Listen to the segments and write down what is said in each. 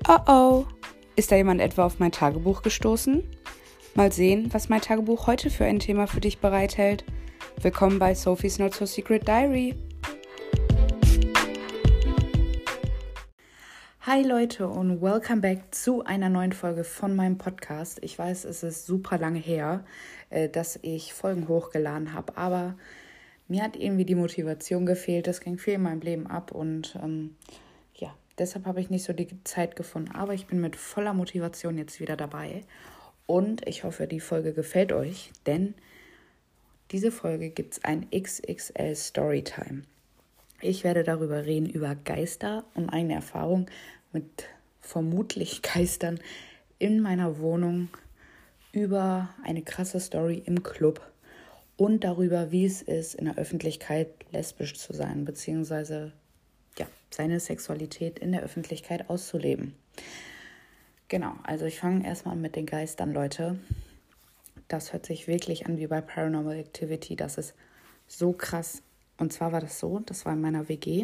Oh oh, ist da jemand etwa auf mein Tagebuch gestoßen? Mal sehen, was mein Tagebuch heute für ein Thema für dich bereithält. Willkommen bei Sophie's Not So Secret Diary. Hi Leute und welcome back zu einer neuen Folge von meinem Podcast. Ich weiß, es ist super lange her, dass ich Folgen hochgeladen habe, aber mir hat irgendwie die Motivation gefehlt. Es ging viel in meinem Leben ab und deshalb habe ich nicht so die Zeit gefunden. Aber ich bin mit voller Motivation jetzt wieder dabei und ich hoffe, die Folge gefällt euch, denn diese Folge gibt es ein XXL Storytime. Ich werde darüber reden, über Geister und eigene Erfahrung mit vermutlich Geistern in meiner Wohnung, über eine krasse Story im Club und darüber, wie es ist, in der Öffentlichkeit lesbisch zu sein, beziehungsweise seine Sexualität in der Öffentlichkeit auszuleben. Genau, also ich fange erstmal an mit den Geistern, Leute. Das hört sich wirklich an wie bei Paranormal Activity, das ist so krass. Und zwar war das so, das war in meiner WG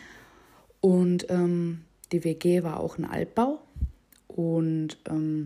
und die WG war auch ein Altbau und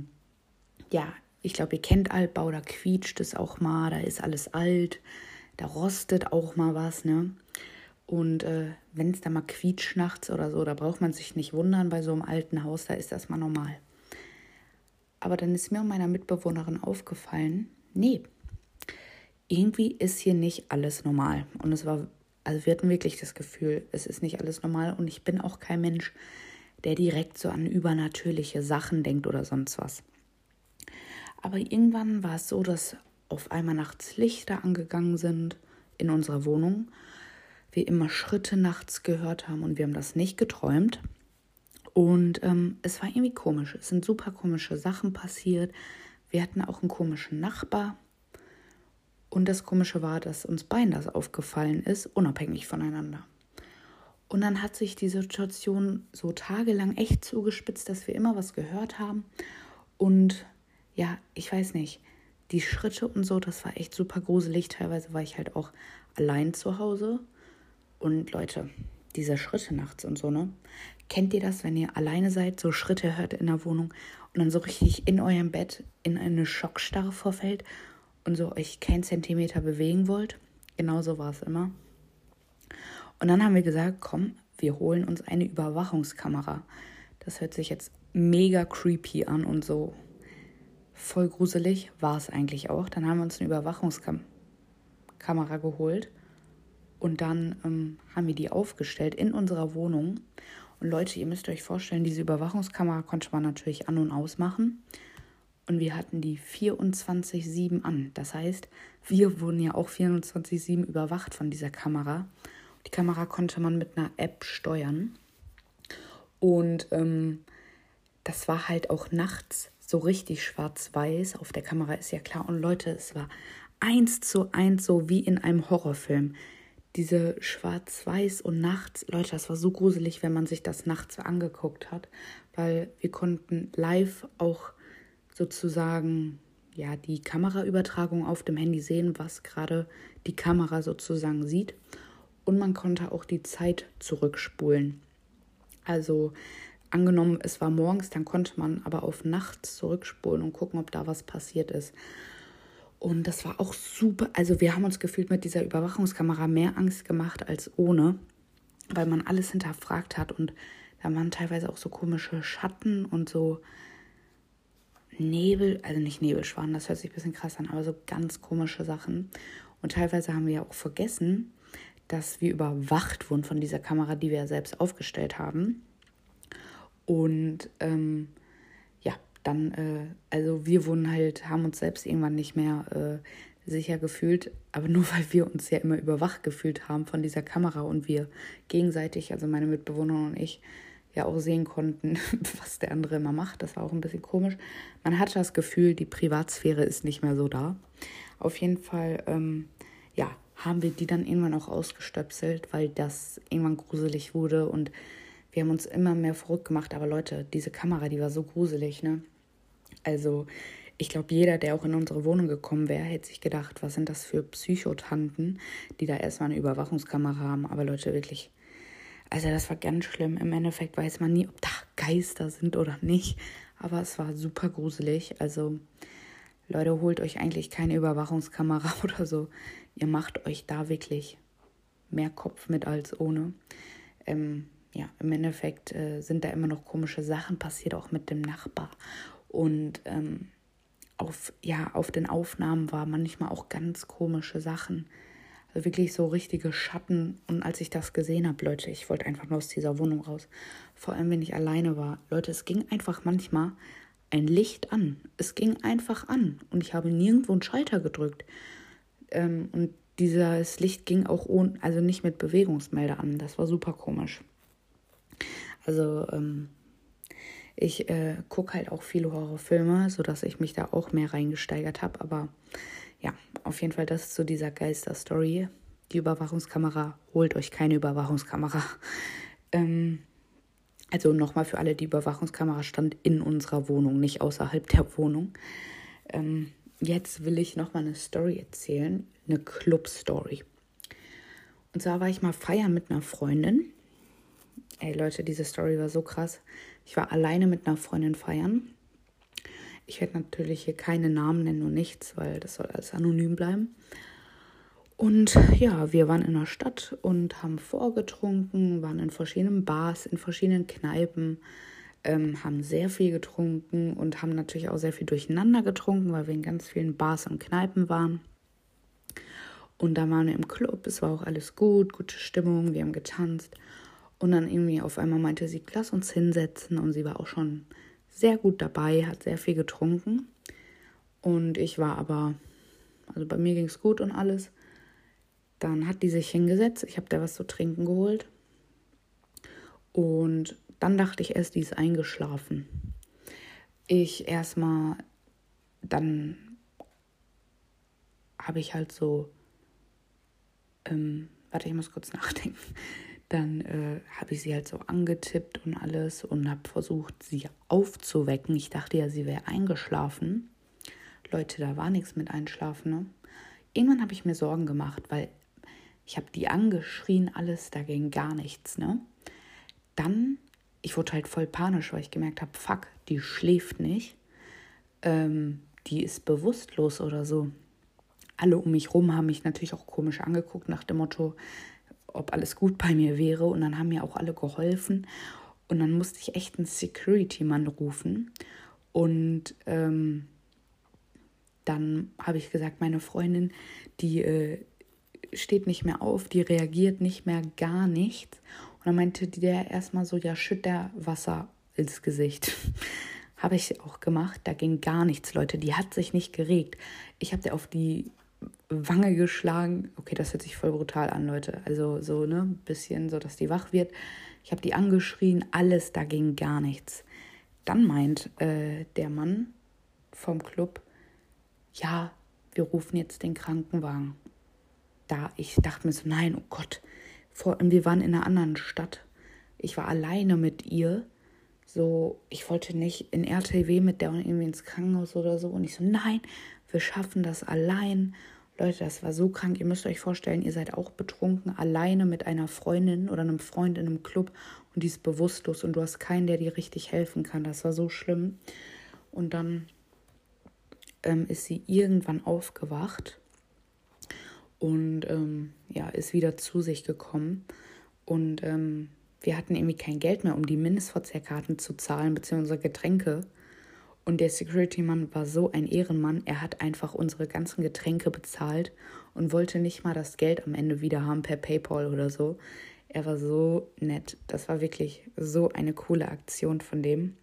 ich glaube, ihr kennt Altbau, da quietscht es auch mal, da ist alles alt, da rostet auch mal was, ne? Und wenn es da mal quietscht nachts oder so, da braucht man sich nicht wundern bei so einem alten Haus, da ist das mal normal. Aber dann ist mir und meiner Mitbewohnerin aufgefallen, nee, irgendwie ist hier nicht alles normal. Und wir hatten wirklich das Gefühl, es ist nicht alles normal. Und ich bin auch kein Mensch, der direkt so an übernatürliche Sachen denkt oder sonst was. Aber irgendwann war es so, dass auf einmal nachts Lichter angegangen sind in unserer Wohnung. Wir immer Schritte nachts gehört haben und wir haben das nicht geträumt. Und es war irgendwie komisch. Es sind super komische Sachen passiert. Wir hatten auch einen komischen Nachbar. Und das Komische war, dass uns beiden das aufgefallen ist, unabhängig voneinander. Und dann hat sich die Situation so tagelang echt zugespitzt, dass wir immer was gehört haben. Und ja, ich weiß nicht, die Schritte und so, das war echt super gruselig. Teilweise war ich halt auch allein zu Hause. Und Leute, diese Schritte nachts und so, ne? Kennt ihr das, wenn ihr alleine seid, so Schritte hört in der Wohnung und dann so richtig in eurem Bett in eine Schockstarre verfällt und so euch keinen Zentimeter bewegen wollt? Genauso war es immer. Und dann haben wir gesagt, komm, wir holen uns eine Überwachungskamera. Das hört sich jetzt mega creepy an und so voll gruselig, war es eigentlich auch. Dann haben wir uns eine Überwachungskamera geholt. Und dann haben wir die aufgestellt in unserer Wohnung. Und Leute, ihr müsst euch vorstellen, diese Überwachungskamera konnte man natürlich an- und ausmachen. Und wir hatten die 24/7 an. Das heißt, wir wurden ja auch 24/7 überwacht von dieser Kamera. Die Kamera konnte man mit einer App steuern. Und das war halt auch nachts so richtig schwarz-weiß. Auf der Kamera ist ja klar. Und Leute, es war 1:1 so wie in einem Horrorfilm. Diese Schwarz-Weiß und nachts, Leute, das war so gruselig, wenn man sich das nachts angeguckt hat, weil wir konnten live auch sozusagen die Kameraübertragung auf dem Handy sehen, was gerade die Kamera sozusagen sieht, und man konnte auch die Zeit zurückspulen. Also angenommen, es war morgens, dann konnte man aber auf nachts zurückspulen und gucken, ob da was passiert ist. Und das war auch super, also wir haben uns gefühlt mit dieser Überwachungskamera mehr Angst gemacht als ohne, weil man alles hinterfragt hat und da waren teilweise auch so komische Schatten und so Nebel, also nicht Nebelschwaden, das hört sich ein bisschen krass an, aber so ganz komische Sachen. Und teilweise haben wir ja auch vergessen, dass wir überwacht wurden von dieser Kamera, die wir ja selbst aufgestellt haben. Und wir haben uns selbst irgendwann nicht mehr sicher gefühlt, aber nur weil wir uns ja immer überwacht gefühlt haben von dieser Kamera und wir gegenseitig, also meine Mitbewohner und ich, ja auch sehen konnten, was der andere immer macht. Das war auch ein bisschen komisch. Man hatte das Gefühl, die Privatsphäre ist nicht mehr so da. Auf jeden Fall, haben wir die dann irgendwann auch ausgestöpselt, weil das irgendwann gruselig wurde und wir haben uns immer mehr verrückt gemacht. Aber Leute, diese Kamera, die war so gruselig, ne? Also ich glaube, jeder, der auch in unsere Wohnung gekommen wäre, hätte sich gedacht, was sind das für Psychotanten, die da erstmal eine Überwachungskamera haben. Aber Leute, wirklich, also das war ganz schlimm. Im Endeffekt weiß man nie, ob da Geister sind oder nicht. Aber es war super gruselig. Also Leute, holt euch eigentlich keine Überwachungskamera oder so. Ihr macht euch da wirklich mehr Kopf mit als ohne. Ja, im Endeffekt sind da immer noch komische Sachen passiert, auch mit dem Nachbar. Und auf den Aufnahmen war manchmal auch ganz komische Sachen. Also wirklich so richtige Schatten. Und als ich das gesehen habe, Leute, ich wollte einfach nur aus dieser Wohnung raus. Vor allem, wenn ich alleine war. Leute, es ging einfach manchmal ein Licht an. Es ging einfach an. Und ich habe nirgendwo einen Schalter gedrückt. Und dieses Licht ging auch also nicht mit Bewegungsmelder an. Das war super komisch. Also ich gucke halt auch viele Horrorfilme, sodass ich mich da auch mehr reingesteigert habe. Aber ja, auf jeden Fall das zu dieser Geister-Story. Die Überwachungskamera, holt euch keine Überwachungskamera. Also nochmal für alle, die Überwachungskamera stand in unserer Wohnung, nicht außerhalb der Wohnung. Jetzt will ich nochmal eine Story erzählen, eine Club-Story. Und zwar war ich mal feiern mit einer Freundin. Ey Leute, diese Story war so krass. Ich war alleine mit einer Freundin feiern. Ich werde natürlich hier keine Namen nennen und nichts, weil das soll alles anonym bleiben. Und ja, wir waren in der Stadt und haben vorgetrunken, waren in verschiedenen Bars, in verschiedenen Kneipen, haben sehr viel getrunken und haben natürlich auch sehr viel durcheinander getrunken, weil wir in ganz vielen Bars und Kneipen waren. Und da waren wir im Club, es war auch alles gut, gute Stimmung, wir haben getanzt. Und dann irgendwie auf einmal meinte sie, lass uns hinsetzen. Und sie war auch schon sehr gut dabei, hat sehr viel getrunken. Und ich war aber, also bei mir ging es gut und alles. Dann hat die sich hingesetzt, ich habe da was zu trinken geholt. Und dann dachte ich erst, die ist eingeschlafen. Dann habe ich halt so, ich muss kurz nachdenken. Dann habe ich sie halt so angetippt und alles und habe versucht, sie aufzuwecken. Ich dachte ja, sie wäre eingeschlafen. Leute, da war nichts mit Einschlafen, ne? Irgendwann habe ich mir Sorgen gemacht, weil ich habe die angeschrien, alles, da ging gar nichts, ne? Dann, ich wurde halt voll panisch, weil ich gemerkt habe, fuck, die schläft nicht. Die ist bewusstlos oder so. Alle um mich rum haben mich natürlich auch komisch angeguckt, nach dem Motto, ob alles gut bei mir wäre. Und dann haben mir auch alle geholfen. Und dann musste ich echt einen Security-Mann rufen. Und dann habe ich gesagt, meine Freundin, die steht nicht mehr auf, die reagiert nicht mehr, gar nichts. Und dann meinte der erstmal so, ja, schütt der Wasser ins Gesicht. Habe ich auch gemacht, da ging gar nichts, Leute. Die hat sich nicht geregt. Ich habe der auf die Wange geschlagen. Okay, das hört sich voll brutal an, Leute. Also so, ne, ein bisschen so, dass die wach wird. Ich habe die angeschrien, alles, da ging gar nichts. Dann meint der Mann vom Club, ja, wir rufen jetzt den Krankenwagen. Ich dachte mir so, nein, oh Gott. Wir waren in einer anderen Stadt. Ich war alleine mit ihr. So, ich wollte nicht in RTW mit der und irgendwie ins Krankenhaus oder so. Und ich so, nein, wir schaffen das allein. Leute, das war so krank. Ihr müsst euch vorstellen, ihr seid auch betrunken, alleine mit einer Freundin oder einem Freund in einem Club. Und die ist bewusstlos und du hast keinen, der dir richtig helfen kann. Das war so schlimm. Und dann ist sie irgendwann aufgewacht und ist wieder zu sich gekommen. Und wir hatten irgendwie kein Geld mehr, um die Mindestverzehrkarten zu zahlen, beziehungsweise Getränke. Und der Security-Mann war so ein Ehrenmann. Er hat einfach unsere ganzen Getränke bezahlt und wollte nicht mal das Geld am Ende wieder haben per PayPal oder so. Er war so nett. Das war wirklich so eine coole Aktion von dem.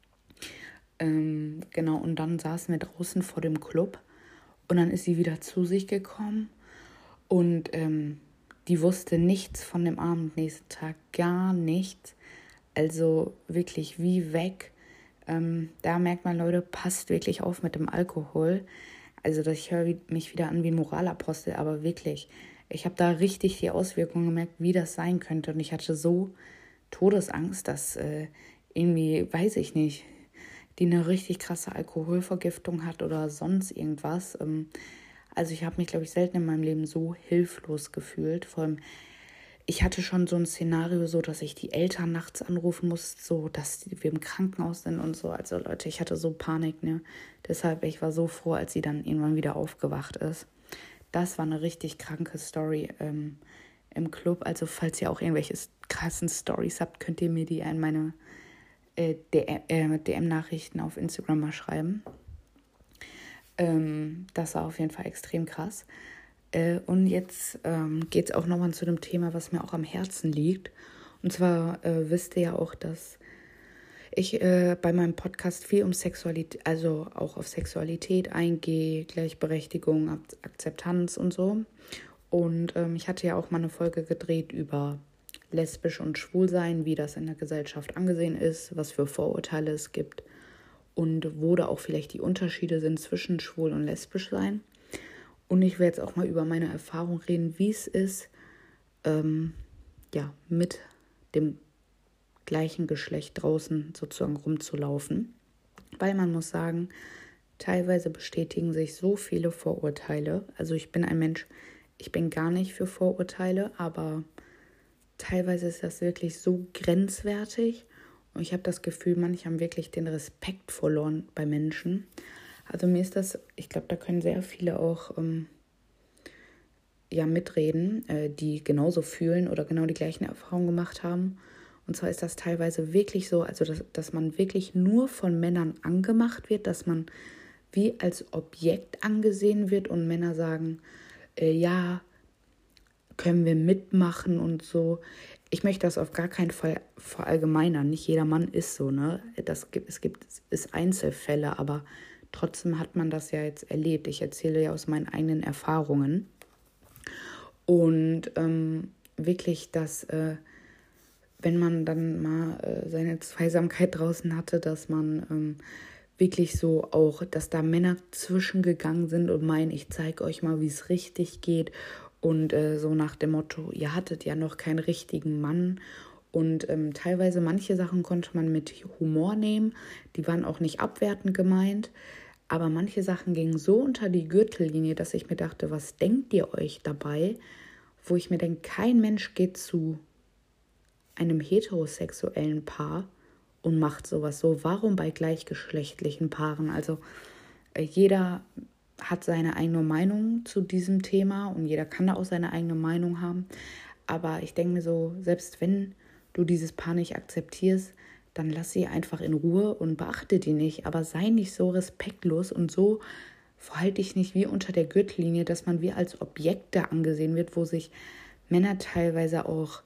Genau, und dann saßen wir draußen vor dem Club und dann ist sie wieder zu sich gekommen und die wusste nichts von dem Abend nächsten Tag, gar nichts. Also wirklich wie weg. Da merkt man, Leute, passt wirklich auf mit dem Alkohol. Also ich höre mich wieder an wie ein Moralapostel, aber wirklich, ich habe da richtig die Auswirkungen gemerkt, wie das sein könnte. Und ich hatte so Todesangst, dass irgendwie, weiß ich nicht, die eine richtig krasse Alkoholvergiftung hat oder sonst irgendwas. Also ich habe mich, glaube ich, selten in meinem Leben so hilflos gefühlt. Vor allem, ich hatte schon so ein Szenario, so dass ich die Eltern nachts anrufen muss, so dass wir im Krankenhaus sind und so. Also Leute, ich hatte so Panik, ne? Deshalb, ich war so froh, als sie dann irgendwann wieder aufgewacht ist. Das war eine richtig kranke Story im Club. Also falls ihr auch irgendwelche krassen Stories habt, könnt ihr mir die in meine DM-Nachrichten auf Instagram mal schreiben. Das war auf jeden Fall extrem krass. Und jetzt geht es auch nochmal zu dem Thema, was mir auch am Herzen liegt. Und zwar wisst ihr ja auch, dass ich bei meinem Podcast viel um Sexualität, also auch auf Sexualität eingehe, Gleichberechtigung, Akzeptanz und so. Und ich hatte ja auch mal eine Folge gedreht über lesbisch und Schwulsein, wie das in der Gesellschaft angesehen ist, was für Vorurteile es gibt und wo da auch vielleicht die Unterschiede sind zwischen schwul und lesbisch sein. Und ich will jetzt auch mal über meine Erfahrung reden, wie es ist, mit dem gleichen Geschlecht draußen sozusagen rumzulaufen. Weil man muss sagen, teilweise bestätigen sich so viele Vorurteile. Also ich bin ein Mensch, ich bin gar nicht für Vorurteile, aber teilweise ist das wirklich so grenzwertig. Und ich habe das Gefühl, manche haben wirklich den Respekt verloren bei Menschen. Also mir ist das, ich glaube, da können sehr viele auch mitreden, die genauso fühlen oder genau die gleichen Erfahrungen gemacht haben. Und zwar ist das teilweise wirklich so, also dass man wirklich nur von Männern angemacht wird, dass man wie als Objekt angesehen wird und Männer sagen, ja, können wir mitmachen und so. Ich möchte das auf gar keinen Fall verallgemeinern. Nicht jeder Mann ist so, ne? Es gibt Einzelfälle, aber trotzdem hat man das ja jetzt erlebt. Ich erzähle ja aus meinen eigenen Erfahrungen. Und wirklich, dass wenn man dann mal seine Zweisamkeit draußen hatte, dass man wirklich so auch, dass da Männer zwischengegangen sind und meinen, ich zeige euch mal, wie es richtig geht. Und so nach dem Motto, ihr hattet ja noch keinen richtigen Mann. Und teilweise manche Sachen konnte man mit Humor nehmen. Die waren auch nicht abwertend gemeint. Aber manche Sachen gingen so unter die Gürtellinie, dass ich mir dachte, was denkt ihr euch dabei? Wo ich mir denke, kein Mensch geht zu einem heterosexuellen Paar und macht sowas so. Warum bei gleichgeschlechtlichen Paaren? Also jeder hat seine eigene Meinung zu diesem Thema und jeder kann da auch seine eigene Meinung haben. Aber ich denke mir so, selbst wenn du dieses Paar nicht akzeptierst, dann lass sie einfach in Ruhe und beachte die nicht. Aber sei nicht so respektlos und so verhalte dich nicht wie unter der Gürtellinie, dass man wie als Objekte angesehen wird, wo sich Männer teilweise auch,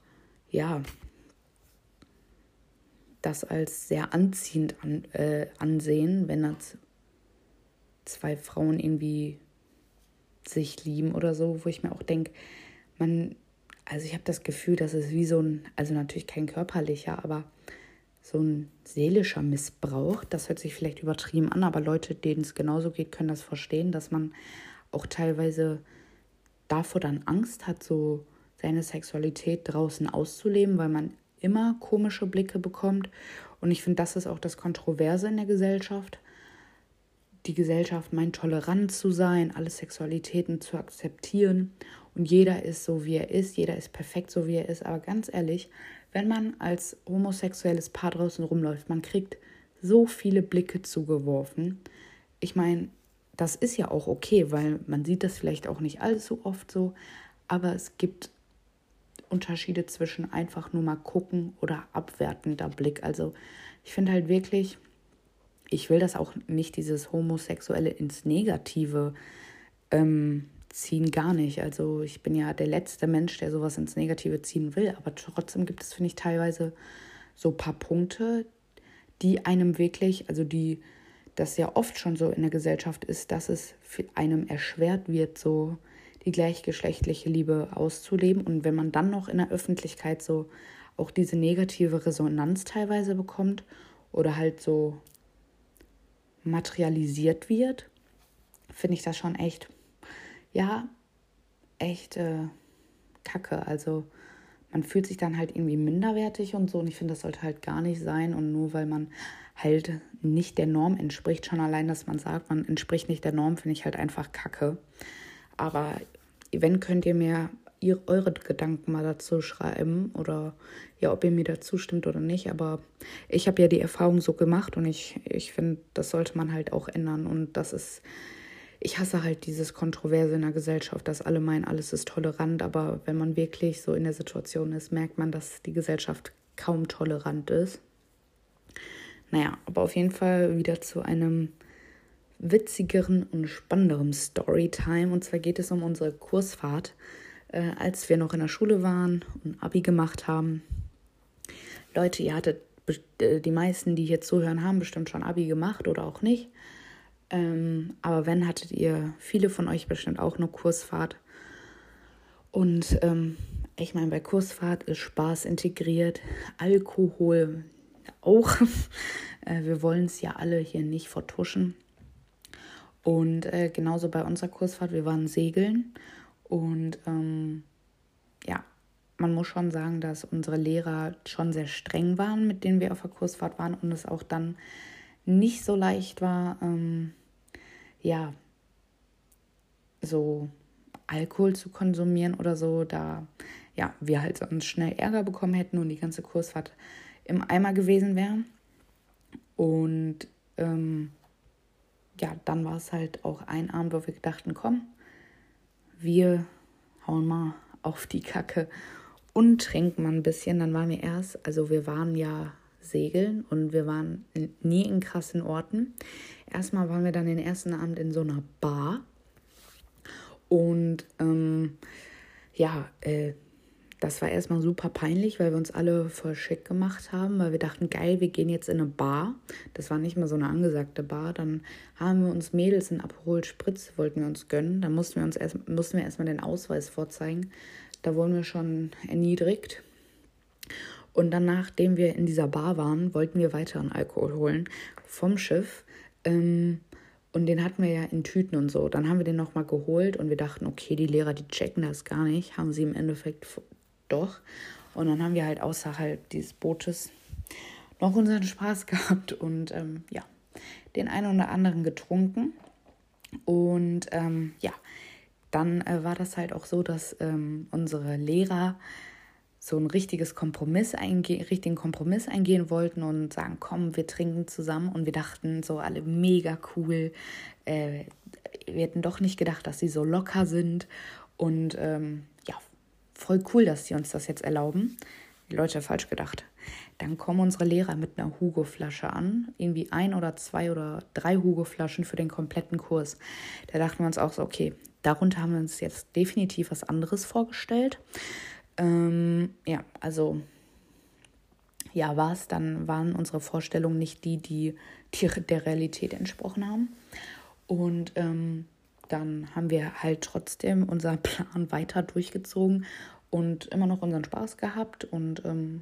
das als sehr anziehend ansehen, wenn das zwei Frauen irgendwie sich lieben oder so, wo ich mir auch denke, ich habe das Gefühl, dass es wie so ein, also natürlich kein körperlicher, aber so ein seelischer Missbrauch, das hört sich vielleicht übertrieben an, aber Leute, denen es genauso geht, können das verstehen, dass man auch teilweise davor dann Angst hat, so seine Sexualität draußen auszuleben, weil man immer komische Blicke bekommt. Und ich finde, das ist auch das Kontroverse in der Gesellschaft. Die Gesellschaft meint, tolerant zu sein, alle Sexualitäten zu akzeptieren. Und jeder ist so, wie er ist, jeder ist perfekt, so wie er ist. Aber ganz ehrlich, wenn man als homosexuelles Paar draußen rumläuft, man kriegt so viele Blicke zugeworfen. Ich meine, das ist ja auch okay, weil man sieht das vielleicht auch nicht allzu oft so. Aber es gibt Unterschiede zwischen einfach nur mal gucken oder abwertender Blick. Also ich finde halt wirklich, ich will das auch nicht, dieses Homosexuelle ins Negative ziehen, gar nicht. Also ich bin ja der letzte Mensch, der sowas ins Negative ziehen will, aber trotzdem gibt es, finde ich, teilweise so ein paar Punkte, die einem wirklich, also das ja oft schon so in der Gesellschaft ist, dass es für einem erschwert wird, so die gleichgeschlechtliche Liebe auszuleben. Und wenn man dann noch in der Öffentlichkeit so auch diese negative Resonanz teilweise bekommt oder halt so materialisiert wird, finde ich das schon echt kacke. Also man fühlt sich dann halt irgendwie minderwertig und so. Und ich finde, das sollte halt gar nicht sein. Und nur weil man halt nicht der Norm entspricht, schon allein, dass man sagt, man entspricht nicht der Norm, finde ich halt einfach kacke. Aber wenn, könnt ihr mir eure Gedanken mal dazu schreiben oder ja, ob ihr mir dazu stimmt oder nicht. Aber ich habe ja die Erfahrung so gemacht und ich finde, das sollte man halt auch ändern. Und ich hasse halt dieses Kontroverse in der Gesellschaft, dass alle meinen, alles ist tolerant. Aber wenn man wirklich so in der Situation ist, merkt man, dass die Gesellschaft kaum tolerant ist. Naja, aber auf jeden Fall wieder zu einem witzigeren und spannenderen Storytime. Und zwar geht es um unsere Kursfahrt, als wir noch in der Schule waren und Abi gemacht haben. Leute, ihr hattet, die meisten, die hier zuhören, haben bestimmt schon Abi gemacht oder auch nicht. Aber wenn, hattet ihr, viele von euch bestimmt auch eine Kursfahrt. Und ich meine, bei Kursfahrt ist Spaß integriert, Alkohol auch. Wir wollen es ja alle hier nicht vertuschen. Und genauso bei unserer Kursfahrt, wir waren segeln und ja, man muss schon sagen, dass unsere Lehrer schon sehr streng waren, mit denen wir auf der Kursfahrt waren und es auch dann nicht so leicht war, ja, so Alkohol zu konsumieren oder so, da ja, wir halt sonst schnell Ärger bekommen hätten und die ganze Kursfahrt im Eimer gewesen wäre. Und ja, dann war es halt auch ein Abend, wo wir dachten, komm, wir hauen mal auf die Kacke und trinken mal ein bisschen. Dann waren wir waren ja segeln und wir waren nie in krassen Orten. Erstmal waren wir dann den ersten Abend in so einer Bar und das war erstmal super peinlich, weil wir uns alle voll schick gemacht haben, weil wir dachten, geil, wir gehen jetzt in eine Bar. Das war nicht mal so eine angesagte Bar. Dann haben wir uns Mädels in Aperol Spritz, wollten wir uns gönnen. Dann mussten wir erstmal den Ausweis vorzeigen. Da wurden wir schon erniedrigt. Und dann, nachdem wir in dieser Bar waren, wollten wir weiteren Alkohol holen vom Schiff. Und den hatten wir ja in Tüten und so. Dann haben wir den nochmal geholt und wir dachten, okay, die Lehrer, die checken das gar nicht. Haben sie im Endeffekt doch. Und dann haben wir halt außerhalb dieses Bootes noch unseren Spaß gehabt und den einen oder anderen getrunken. Und dann war das halt auch so, dass unsere Lehrer so einen richtigen Kompromiss eingehen wollten und sagen, komm, wir trinken zusammen. Und wir dachten so alle mega cool. Wir hätten doch nicht gedacht, dass sie so locker sind. Und voll cool, dass sie uns das jetzt erlauben. Die Leute, falsch gedacht. Dann kommen unsere Lehrer mit einer Hugo-Flasche an. Irgendwie 1 oder 2 oder 3 Hugo-Flaschen für den kompletten Kurs. Da dachten wir uns auch so, okay, darunter haben wir uns jetzt definitiv was anderes vorgestellt. Waren unsere Vorstellungen nicht die der Realität entsprochen haben. Und dann haben wir halt trotzdem unseren Plan weiter durchgezogen und immer noch unseren Spaß gehabt und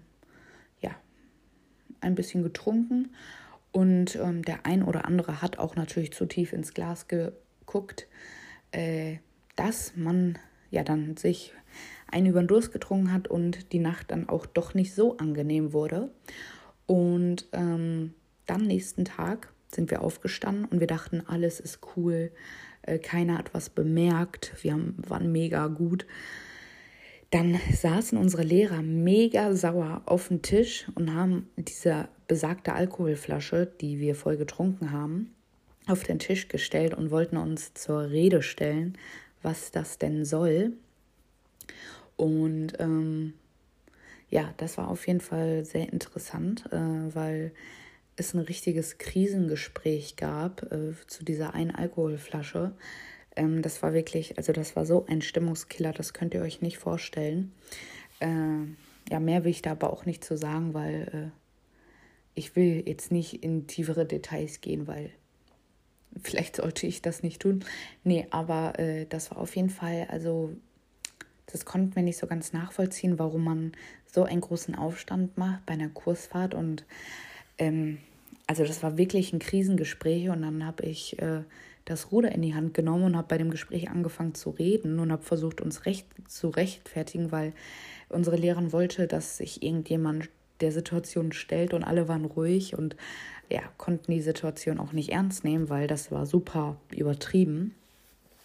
ein bisschen getrunken. Und der ein oder andere hat auch natürlich zu tief ins Glas geguckt, dass man ja dann sich einen über den Durst getrunken hat und die Nacht dann auch doch nicht so angenehm wurde. Und dann nächsten Tag sind wir aufgestanden und wir dachten, alles ist cool. Keiner hat was bemerkt. Waren mega gut. Dann saßen unsere Lehrer mega sauer auf dem Tisch und haben diese besagte Alkoholflasche, die wir voll getrunken haben, auf den Tisch gestellt und wollten uns zur Rede stellen, was das denn soll. Und das war auf jeden Fall sehr interessant, weil es ein richtiges Krisengespräch gab zu dieser einen Alkoholflasche. Das war wirklich, also das war so ein Stimmungskiller, das könnt ihr euch nicht vorstellen. Mehr will ich da aber auch nicht zu sagen, weil ich will jetzt nicht in tiefere Details gehen, weil vielleicht sollte ich das nicht tun. Nee, aber das war auf jeden Fall, also das konnten wir nicht so ganz nachvollziehen, warum man so einen großen Aufstand macht bei einer Kursfahrt. Und also das war wirklich ein Krisengespräch und dann habe ich das Ruder in die Hand genommen und habe bei dem Gespräch angefangen zu reden und habe versucht, uns zu rechtfertigen, weil unsere Lehrerin wollte, dass sich irgendjemand der Situation stellt und alle waren ruhig und konnten die Situation auch nicht ernst nehmen, weil das war super übertrieben.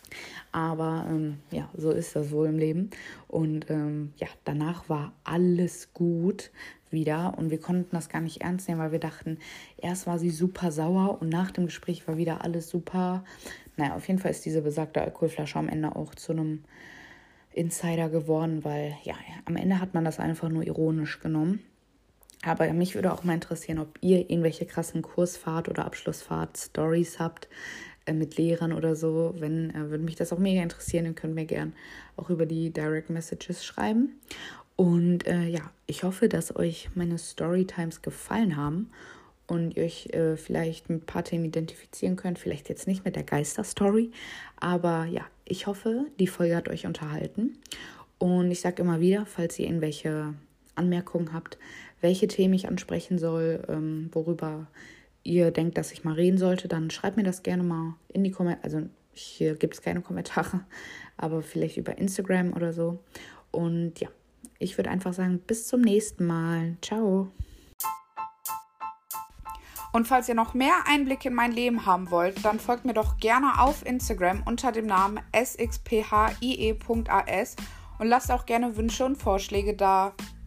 Aber ja, so ist das wohl im Leben. Und ja, danach war alles gut wieder und wir konnten das gar nicht ernst nehmen, weil wir dachten, erst war sie super sauer und nach dem Gespräch war wieder alles super. Naja, auf jeden Fall ist diese besagte Alkoholflasche am Ende auch zu einem Insider geworden, weil ja, am Ende hat man das einfach nur ironisch genommen. Aber mich würde auch mal interessieren, ob ihr irgendwelche krassen Kursfahrt- oder Abschlussfahrt-Stories habt mit Lehrern oder so. Wenn, würde mich das auch mega interessieren. Ihr könnt mir gern auch über die Direct Messages schreiben. Und ja, ich hoffe, dass euch meine Storytimes gefallen haben und ihr euch vielleicht mit ein paar Themen identifizieren könnt. Vielleicht jetzt nicht mit der Geisterstory, aber ja, ich hoffe, die Folge hat euch unterhalten. Und ich sage immer wieder, falls ihr irgendwelche Anmerkungen habt, welche Themen ich ansprechen soll, worüber ihr denkt, dass ich mal reden sollte, dann schreibt mir das gerne mal in die Kommentare. Also hier gibt es keine Kommentare, aber vielleicht über Instagram oder so. Und ja, ich würde einfach sagen, bis zum nächsten Mal. Ciao. Und falls ihr noch mehr Einblick in mein Leben haben wollt, dann folgt mir doch gerne auf Instagram unter dem Namen sxphie.as und lasst auch gerne Wünsche und Vorschläge da.